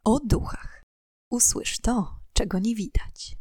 O duchach. Usłysz to, czego nie widać.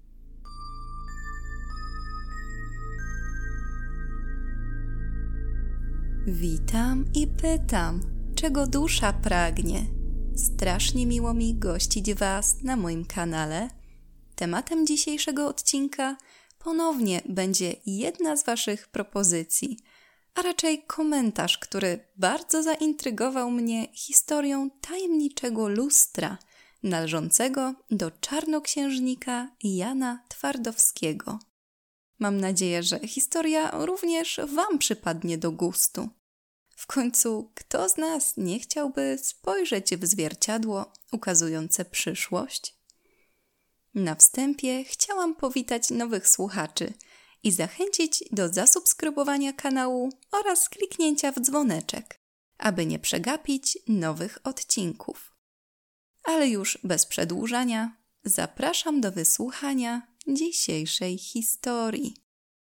Witam i pytam, czego dusza pragnie. Strasznie miło mi gościć Was na moim kanale. Tematem dzisiejszego odcinka ponownie będzie jedna z Waszych propozycji, a raczej komentarz, który bardzo zaintrygował mnie historią tajemniczego lustra należącego do czarnoksiężnika Jana Twardowskiego. Mam nadzieję, że historia również Wam przypadnie do gustu. W końcu, kto z nas nie chciałby spojrzeć w zwierciadło ukazujące przyszłość? Na wstępie chciałam powitać nowych słuchaczy i zachęcić do zasubskrybowania kanału oraz kliknięcia w dzwoneczek, aby nie przegapić nowych odcinków. Ale już bez przedłużania zapraszam do wysłuchania dzisiejszej historii.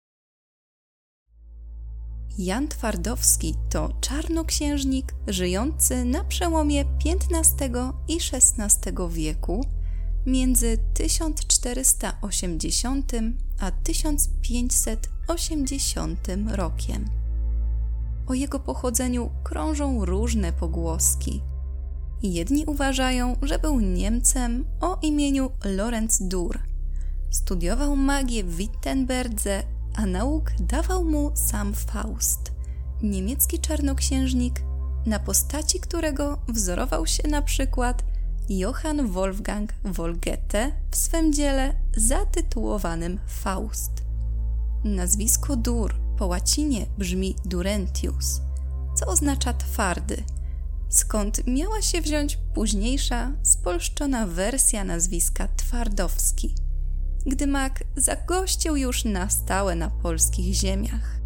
Jan Twardowski to czarnoksiężnik żyjący na przełomie XV i XVI wieku między 1480 a 1580 rokiem. O jego pochodzeniu krążą różne pogłoski. Jedni uważają, że był Niemcem o imieniu Lorenz Dur. Studiował magię w Wittenberdze, a nauk dawał mu sam Faust, niemiecki czarnoksiężnik, na postaci którego wzorował się na przykład Johann Wolfgang von Goethe w swym dziele zatytułowanym Faust. Nazwisko Dur po łacinie brzmi Durentius, co oznacza twardy, skąd miała się wziąć późniejsza, spolszczona wersja nazwiska Twardowski, gdy mag zagościł już na stałe na polskich ziemiach.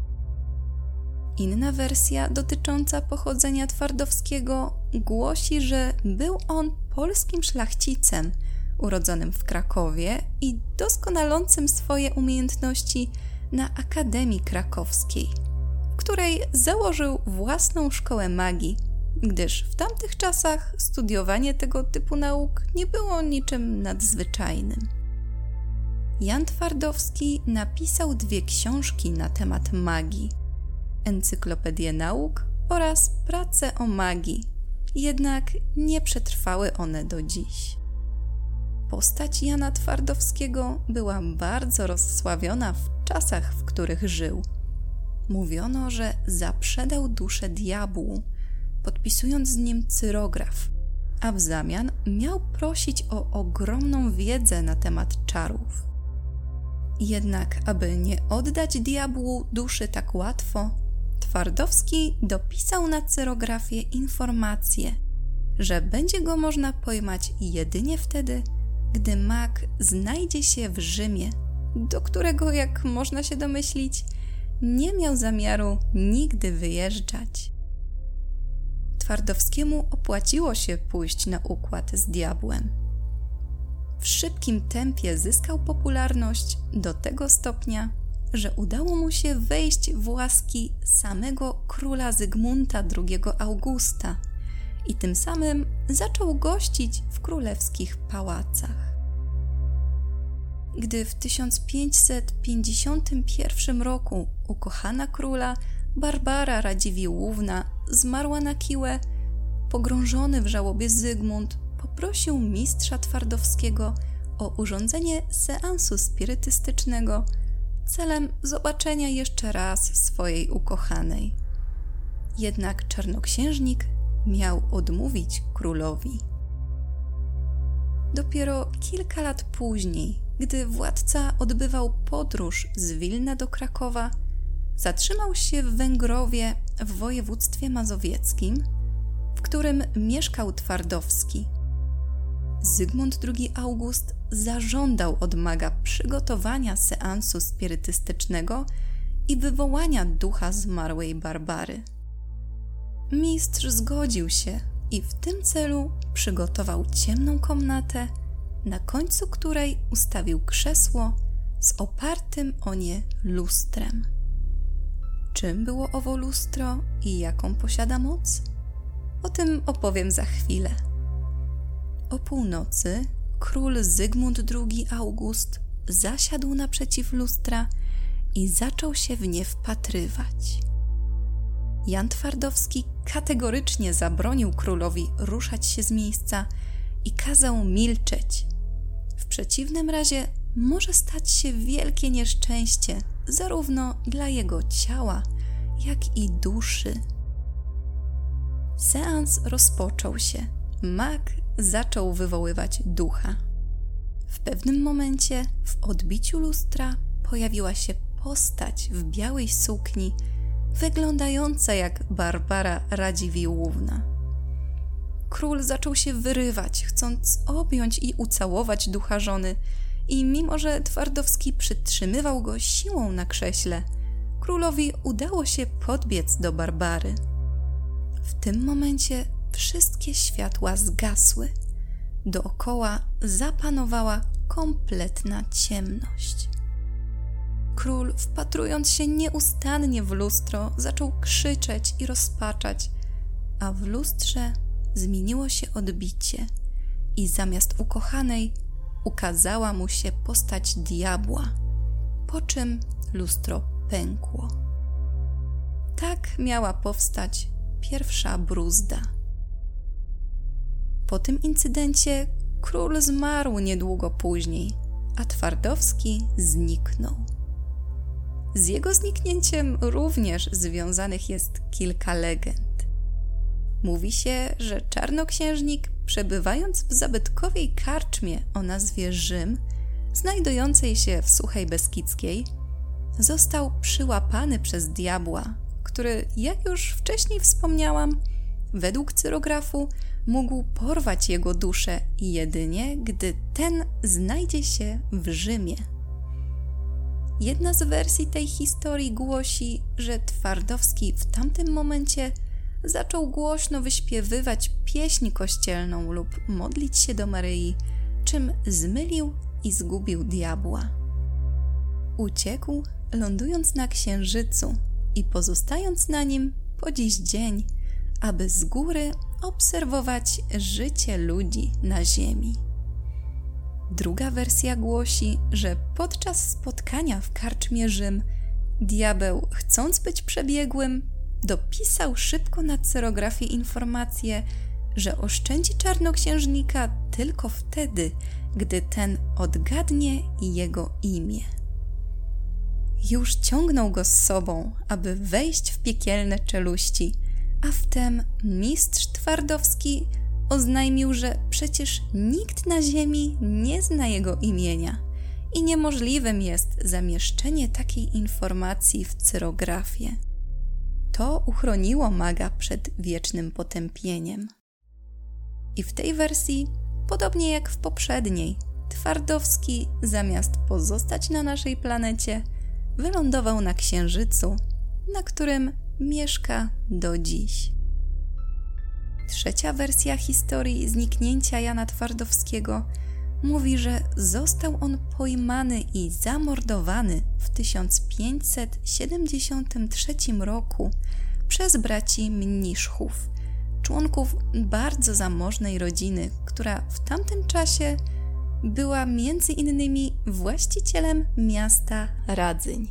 Inna wersja dotycząca pochodzenia Twardowskiego głosi, że był on polskim szlachcicem urodzonym w Krakowie i doskonalącym swoje umiejętności na Akademii Krakowskiej, w której założył własną szkołę magii, gdyż w tamtych czasach studiowanie tego typu nauk nie było niczym nadzwyczajnym. Jan Twardowski napisał 2 książki na temat magii: Encyklopedię nauk oraz pracę o magii, jednak nie przetrwały one do dziś. Postać Jana Twardowskiego była bardzo rozsławiona w czasach, w których żył. Mówiono, że zaprzedał duszę diabłu, podpisując z nim cyrograf, a w zamian miał prosić o ogromną wiedzę na temat czarów. Jednak, aby nie oddać diabłu duszy tak łatwo, Twardowski dopisał na cyrografie informację, że będzie go można pojmać jedynie wtedy, gdy mag znajdzie się w Rzymie, do którego, jak można się domyślić, nie miał zamiaru nigdy wyjeżdżać. Twardowskiemu opłaciło się pójść na układ z diabłem. W szybkim tempie zyskał popularność do tego stopnia, że udało mu się wejść w łaski samego króla Zygmunta II Augusta i tym samym zaczął gościć w królewskich pałacach. Gdy w 1551 roku ukochana króla Barbara Radziwiłłówna zmarła na kiłę, pogrążony w żałobie Zygmunt poprosił mistrza Twardowskiego o urządzenie seansu spirytystycznego celem zobaczenia jeszcze raz swojej ukochanej. Jednak czarnoksiężnik miał odmówić królowi. Dopiero kilka lat później, gdy władca odbywał podróż z Wilna do Krakowa, zatrzymał się w Węgrowie w województwie mazowieckim, w którym mieszkał Twardowski. Zygmunt II August zażądał od maga przygotowania seansu spirytystycznego i wywołania ducha zmarłej Barbary. Mistrz zgodził się i w tym celu przygotował ciemną komnatę, na końcu której ustawił krzesło z opartym o nie lustrem. Czym było owo lustro i jaką posiada moc? O tym opowiem za chwilę. o północy król Zygmunt II August zasiadł naprzeciw lustra i zaczął się w nie wpatrywać. Jan Twardowski kategorycznie zabronił królowi ruszać się z miejsca i kazał milczeć. W przeciwnym razie może stać się wielkie nieszczęście zarówno dla jego ciała, jak i duszy. Seans rozpoczął się. Mag zaczął wywoływać ducha. W pewnym momencie w odbiciu lustra pojawiła się postać w białej sukni, wyglądająca jak Barbara Radziwiłłówna. Król zaczął się wyrywać, chcąc objąć i ucałować ducha żony, i mimo że Twardowski przytrzymywał go siłą na krześle, królowi udało się podbiec do Barbary. W tym momencie wszystkie światła zgasły. Dookoła zapanowała kompletna ciemność. Król, wpatrując się nieustannie w lustro, zaczął krzyczeć i rozpaczać, a w lustrze zmieniło się odbicie i zamiast ukochanej ukazała mu się postać diabła, po czym lustro pękło. Tak miała powstać pierwsza bruzda. Po tym incydencie król zmarł niedługo później, a Twardowski zniknął. Z jego zniknięciem również związanych jest kilka legend. Mówi się, że czarnoksiężnik, przebywając w zabytkowej karczmie o nazwie Rzym, znajdującej się w Suchej Beskidzkiej, został przyłapany przez diabła, który, jak już wcześniej wspomniałam, według cyrografu mógł porwać jego duszę jedynie, gdy ten znajdzie się w Rzymie. Jedna z wersji tej historii głosi, że Twardowski w tamtym momencie zaczął głośno wyśpiewywać pieśń kościelną lub modlić się do Maryi, czym zmylił i zgubił diabła. Uciekł, lądując na Księżycu i pozostając na nim po dziś dzień, aby z góry obserwować życie ludzi na ziemi. Druga wersja głosi, że podczas spotkania w karczmie Rzym diabeł, chcąc być przebiegłym, dopisał szybko na cyrografie informację, że oszczędzi czarnoksiężnika tylko wtedy, gdy ten odgadnie jego imię. Już ciągnął go z sobą, aby wejść w piekielne czeluści, a wtem mistrz Twardowski oznajmił, że przecież nikt na ziemi nie zna jego imienia i niemożliwym jest zamieszczenie takiej informacji w cyrografie. To uchroniło maga przed wiecznym potępieniem. I w tej wersji, podobnie jak w poprzedniej, Twardowski zamiast pozostać na naszej planecie, wylądował na Księżycu, na którym mieszka do dziś. Trzecia wersja historii zniknięcia Jana Twardowskiego mówi, że został on pojmany i zamordowany w 1573 roku przez braci Mniszchów, członków bardzo zamożnej rodziny, która w tamtym czasie była między innymi właścicielem miasta Radzyń.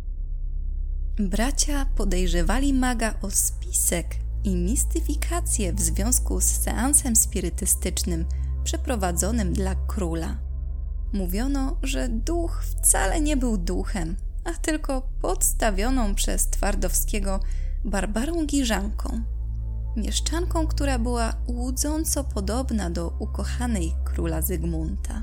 Bracia podejrzewali maga o spisek i mistyfikację w związku z seansem spirytystycznym przeprowadzonym dla króla. Mówiono, że duch wcale nie był duchem, a tylko podstawioną przez Twardowskiego Barbarą Giżanką, mieszczanką, która była łudząco podobna do ukochanej króla Zygmunta.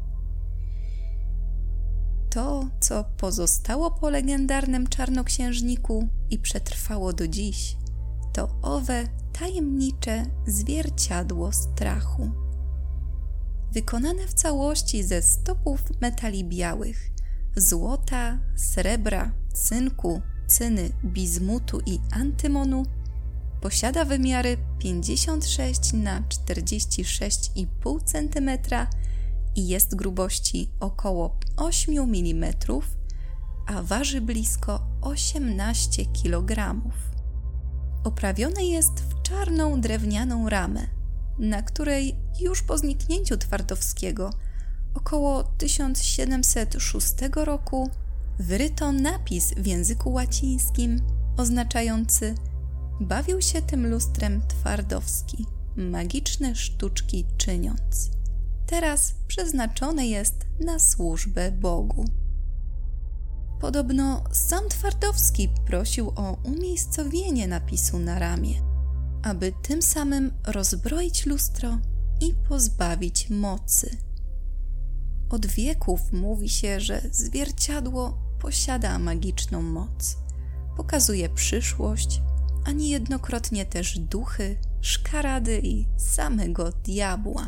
To, co pozostało po legendarnym czarnoksiężniku i przetrwało do dziś, to owe tajemnicze zwierciadło strachu. Wykonane w całości ze stopów metali białych, złota, srebra, cynku, cyny, bizmutu i antymonu, posiada wymiary 56 na 46,5 cm i jest grubości około 8 mm, a waży blisko 18 kg. Oprawione jest w czarną drewnianą ramę, na której już po zniknięciu Twardowskiego około 1706 roku wyryto napis w języku łacińskim oznaczający: bawił się tym lustrem Twardowski, magiczne sztuczki czyniąc. Teraz przeznaczone jest na służbę Bogu. Podobno sam Twardowski prosił o umiejscowienie napisu na ramię, aby tym samym rozbroić lustro i pozbawić mocy. Od wieków mówi się, że zwierciadło posiada magiczną moc. Pokazuje przyszłość, a niejednokrotnie też duchy, szkarady i samego diabła.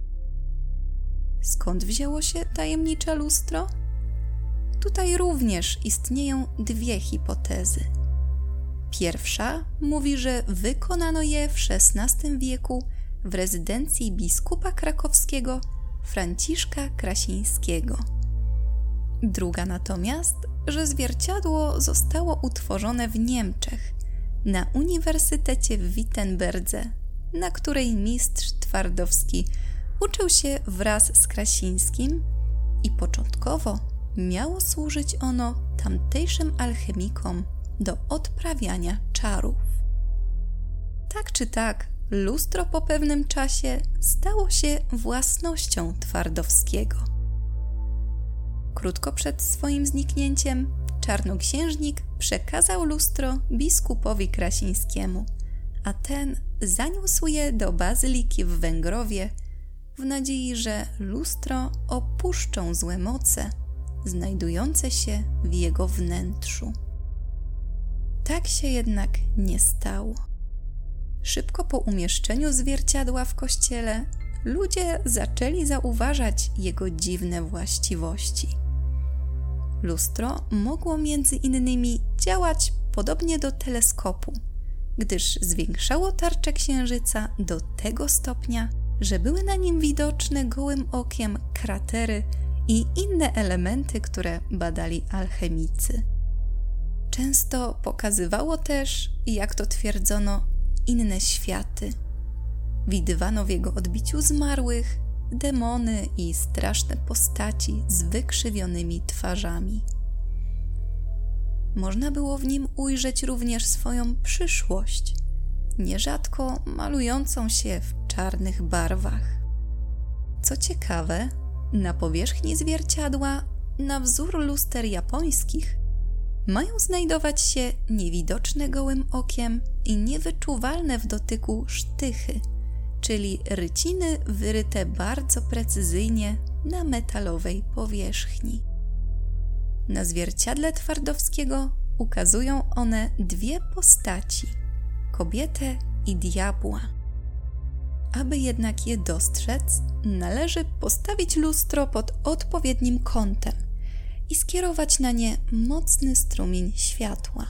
Skąd wzięło się tajemnicze lustro? Tutaj również istnieją dwie hipotezy. Pierwsza mówi, że wykonano je w XVI wieku w rezydencji biskupa krakowskiego Franciszka Krasińskiego. Druga natomiast, że zwierciadło zostało utworzone w Niemczech, na Uniwersytecie w Wittenberdze, na której mistrz Twardowski uczył się wraz z Krasińskim i początkowo miało służyć ono tamtejszym alchemikom do odprawiania czarów. Tak czy tak, lustro po pewnym czasie stało się własnością Twardowskiego. Krótko przed swoim zniknięciem czarnoksiężnik przekazał lustro biskupowi Krasińskiemu, a ten zaniósł je do bazyliki w Węgrowie w nadziei, że lustro opuszczą złe moce znajdujące się w jego wnętrzu. Tak się jednak nie stało. Szybko po umieszczeniu zwierciadła w kościele ludzie zaczęli zauważać jego dziwne właściwości. Lustro mogło między innymi działać podobnie do teleskopu, gdyż zwiększało tarczę księżyca do tego stopnia, że były na nim widoczne gołym okiem kratery i inne elementy, które badali alchemicy. Często pokazywało też, jak to twierdzono, inne światy. Widywano w jego odbiciu zmarłych, demony i straszne postaci z wykrzywionymi twarzami. Można było w nim ujrzeć również swoją przyszłość, nierzadko malującą się w czarnych barwach. Co ciekawe, na powierzchni zwierciadła, na wzór luster japońskich, mają znajdować się niewidoczne gołym okiem i niewyczuwalne w dotyku sztychy, czyli ryciny wyryte bardzo precyzyjnie na metalowej powierzchni. Na zwierciadle Twardowskiego ukazują one dwie postaci – kobietę i diabła. Aby jednak je dostrzec, należy postawić lustro pod odpowiednim kątem i skierować na nie mocny strumień światła.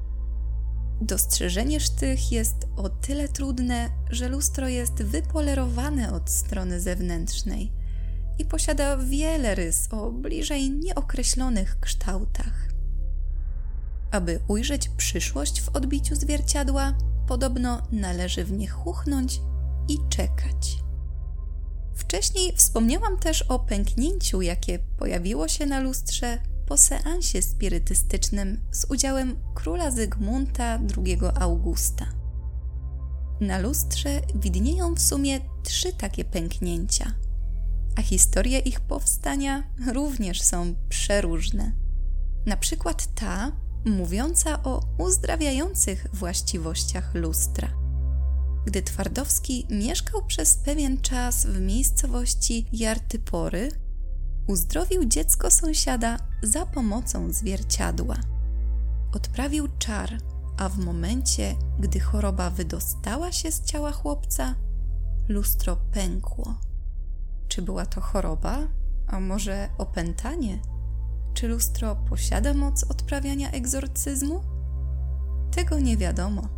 Dostrzeżenie sztych jest o tyle trudne, że lustro jest wypolerowane od strony zewnętrznej i posiada wiele rys o bliżej nieokreślonych kształtach. Aby ujrzeć przyszłość w odbiciu zwierciadła, podobno należy w nie chuchnąć i czekać. Wcześniej wspomniałam też o pęknięciu, jakie pojawiło się na lustrze po seansie spirytystycznym z udziałem króla Zygmunta II Augusta. Na lustrze widnieją w sumie 3 takie pęknięcia, a historie ich powstania również są przeróżne. Na przykład ta mówiąca o uzdrawiających właściwościach lustra. Gdy Twardowski mieszkał przez pewien czas w miejscowości Jartypory, uzdrowił dziecko sąsiada za pomocą zwierciadła. Odprawił czar, a w momencie, gdy choroba wydostała się z ciała chłopca, lustro pękło. Czy była to choroba? A może opętanie? Czy lustro posiada moc odprawiania egzorcyzmu? Tego nie wiadomo.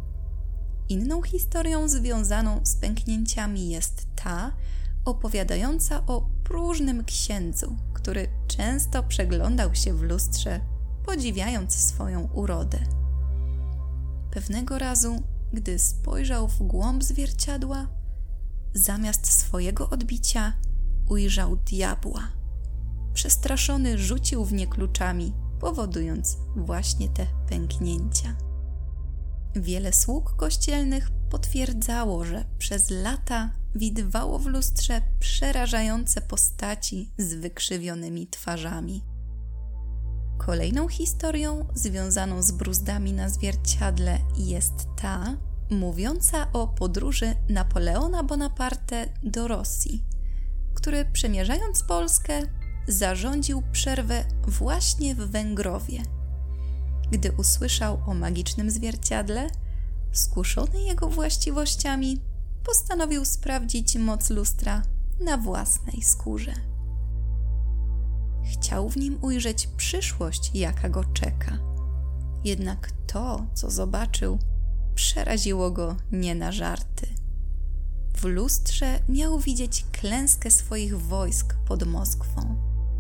Inną historią związaną z pęknięciami jest ta, opowiadająca o próżnym księdzu, który często przeglądał się w lustrze, podziwiając swoją urodę. Pewnego razu, gdy spojrzał w głąb zwierciadła, zamiast swojego odbicia ujrzał diabła. Przestraszony rzucił w nie kluczami, powodując właśnie te pęknięcia. Wiele sług kościelnych potwierdzało, że przez lata widywało w lustrze przerażające postaci z wykrzywionymi twarzami. Kolejną historią związaną z bruzdami na zwierciadle jest ta, mówiąca o podróży Napoleona Bonaparte do Rosji, który przemierzając Polskę zarządził przerwę właśnie w Węgrowie. Gdy usłyszał o magicznym zwierciadle, skuszony jego właściwościami, postanowił sprawdzić moc lustra na własnej skórze. Chciał w nim ujrzeć przyszłość, jaka go czeka. Jednak to, co zobaczył, przeraziło go nie na żarty. W lustrze miał widzieć klęskę swoich wojsk pod Moskwą.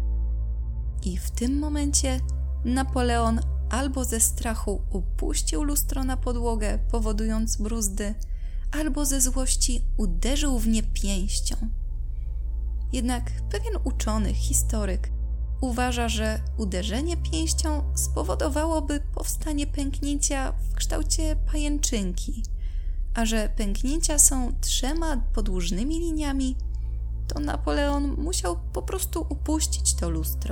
I w tym momencie Napoleon albo ze strachu upuścił lustro na podłogę, powodując bruzdy, albo ze złości uderzył w nie pięścią. Jednak pewien uczony, historyk uważa, że uderzenie pięścią spowodowałoby powstanie pęknięcia w kształcie pajęczynki, a że pęknięcia są 3 podłużnymi liniami, to Napoleon musiał po prostu upuścić to lustro.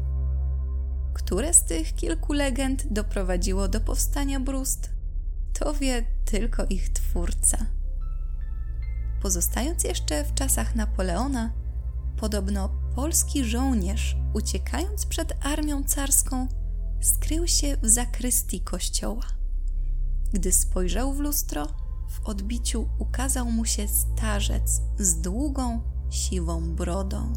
Które z tych kilku legend doprowadziło do powstania bruzd, to wie tylko ich twórca. Pozostając jeszcze w czasach Napoleona, podobno polski żołnierz, uciekając przed armią carską, skrył się w zakrystii kościoła. Gdy spojrzał w lustro, w odbiciu ukazał mu się starzec z długą, siwą brodą.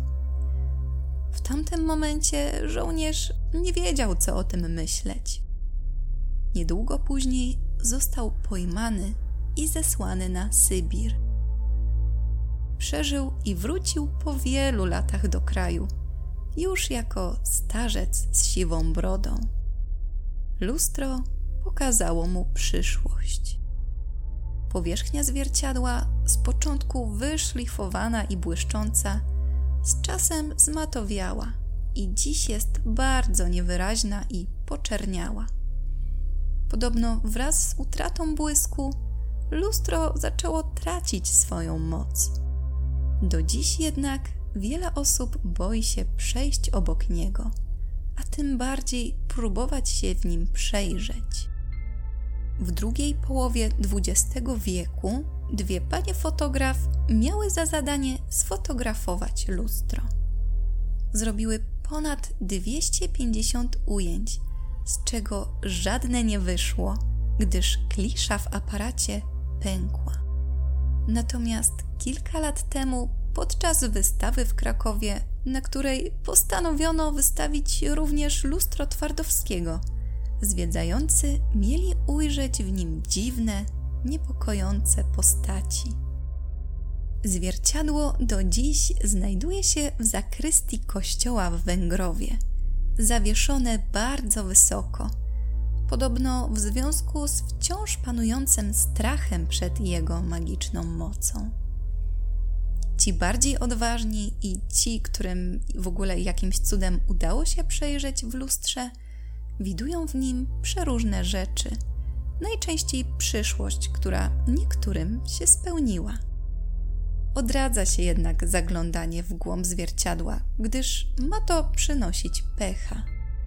W tamtym momencie żołnierz nie wiedział, co o tym myśleć. Niedługo później został pojmany i zesłany na Sybir. Przeżył i wrócił po wielu latach do kraju, już jako starzec z siwą brodą. Lustro pokazało mu przyszłość. Powierzchnia zwierciadła, z początku wyszlifowana i błyszcząca, z czasem zmatowiała i dziś jest bardzo niewyraźna i poczerniała. Podobno wraz z utratą błysku lustro zaczęło tracić swoją moc. Do dziś jednak wiele osób boi się przejść obok niego, a tym bardziej próbować się w nim przejrzeć. W drugiej połowie XX wieku 2 panie fotograf miały za zadanie sfotografować lustro. Zrobiły ponad 250 ujęć, z czego żadne nie wyszło, gdyż klisza w aparacie pękła. Natomiast kilka lat temu, podczas wystawy w Krakowie, na której postanowiono wystawić również lustro Twardowskiego, zwiedzający mieli ujrzeć w nim dziwne, niepokojące postaci. Zwierciadło do dziś znajduje się w zakrystii kościoła w Węgrowie, zawieszone bardzo wysoko, podobno w związku z wciąż panującym strachem przed jego magiczną mocą. Ci bardziej odważni i ci, którym w ogóle jakimś cudem udało się przejrzeć w lustrze, widują w nim przeróżne rzeczy, najczęściej przyszłość, która niektórym się spełniła. Odradza się jednak zaglądanie w głąb zwierciadła, gdyż ma to przynosić pecha.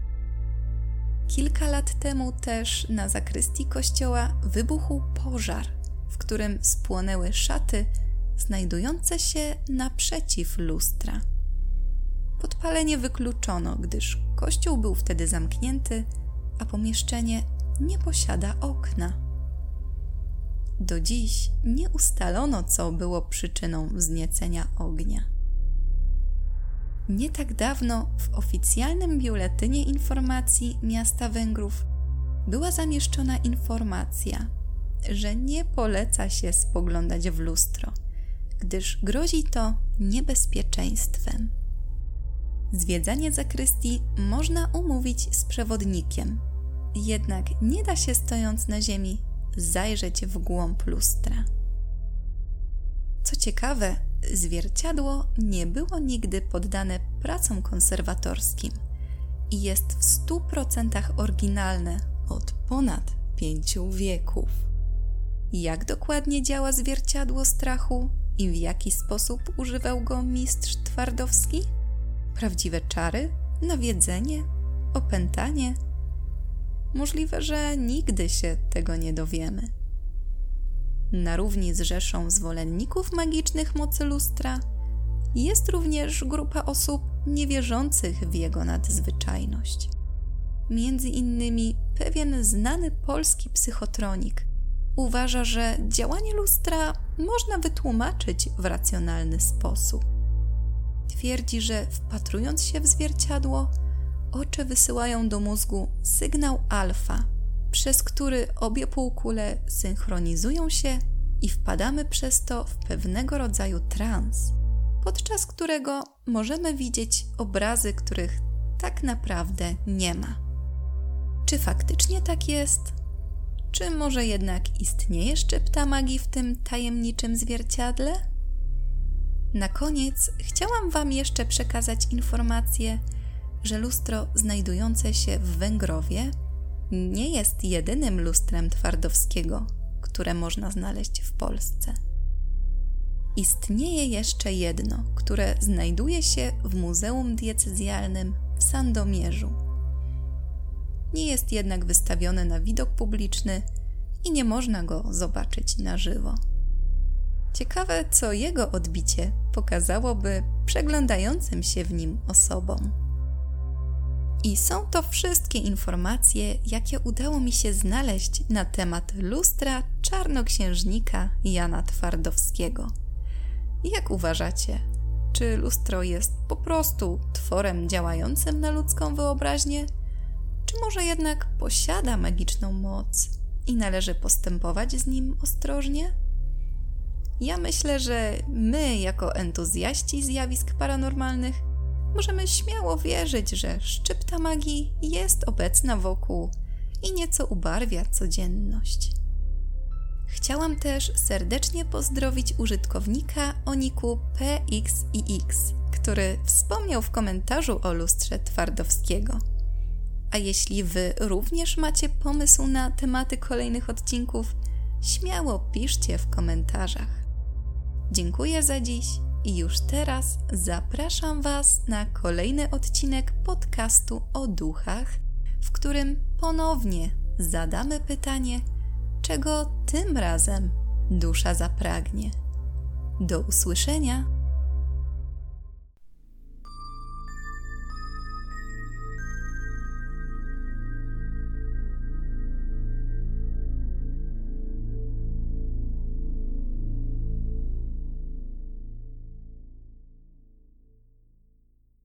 Kilka lat temu też na zakrystii kościoła wybuchł pożar, w którym spłonęły szaty znajdujące się naprzeciw lustra. Podpalenie wykluczono, gdyż kościół był wtedy zamknięty, a pomieszczenie nie posiada okna. Do dziś nie ustalono, co było przyczyną wzniecenia ognia. Nie tak dawno w oficjalnym biuletynie informacji miasta Węgrów była zamieszczona informacja, że nie poleca się spoglądać w lustro, gdyż grozi to niebezpieczeństwem. Zwiedzanie zakrystii można umówić z przewodnikiem, jednak nie da się stojąc na ziemi zajrzeć w głąb lustra. Co Co ciekawe, zwierciadło nie było nigdy poddane pracom konserwatorskim i jest w 100% oryginalne od ponad 5 wieków. Jak dokładnie działa zwierciadło strachu i w jaki sposób używał go mistrz Twardowski? Prawdziwe czary? Nawiedzenie? Opętanie? Możliwe, że nigdy się tego nie dowiemy. Na równi z rzeszą zwolenników magicznych mocy lustra jest również grupa osób niewierzących w jego nadzwyczajność. Między innymi pewien znany polski psychotronik uważa, że działanie lustra można wytłumaczyć w racjonalny sposób. Twierdzi, że wpatrując się w zwierciadło, oczy wysyłają do mózgu sygnał alfa, przez który obie półkule synchronizują się i wpadamy przez to w pewnego rodzaju trans, podczas którego możemy widzieć obrazy, których tak naprawdę nie ma. Czy faktycznie tak jest? Czy może jednak istnieje szczypta magii w tym tajemniczym zwierciadle? Na koniec chciałam Wam jeszcze przekazać informację, że lustro znajdujące się w Węgrowie nie jest jedynym lustrem Twardowskiego, które można znaleźć w Polsce. Istnieje jeszcze jedno, które znajduje się w Muzeum Diecezjalnym w Sandomierzu. Nie jest jednak wystawione na widok publiczny i nie można go zobaczyć na żywo. Ciekawe, co jego odbicie pokazałoby przeglądającym się w nim osobom. I są to wszystkie informacje, jakie udało mi się znaleźć na temat lustra czarnoksiężnika Jana Twardowskiego. Jak uważacie, czy lustro jest po prostu tworem działającym na ludzką wyobraźnię, czy może jednak posiada magiczną moc i należy postępować z nim ostrożnie? Ja myślę, że my, jako entuzjaści zjawisk paranormalnych, możemy śmiało wierzyć, że szczypta magii jest obecna wokół i nieco ubarwia codzienność. Chciałam też serdecznie pozdrowić użytkownika o niku PXIX, który wspomniał w komentarzu o lustrze Twardowskiego. A jeśli Wy również macie pomysł na tematy kolejnych odcinków, śmiało piszcie w komentarzach. Dziękuję za dziś i już teraz zapraszam Was na kolejny odcinek podcastu o duchach, w którym ponownie zadamy pytanie, czego tym razem dusza zapragnie. Do usłyszenia!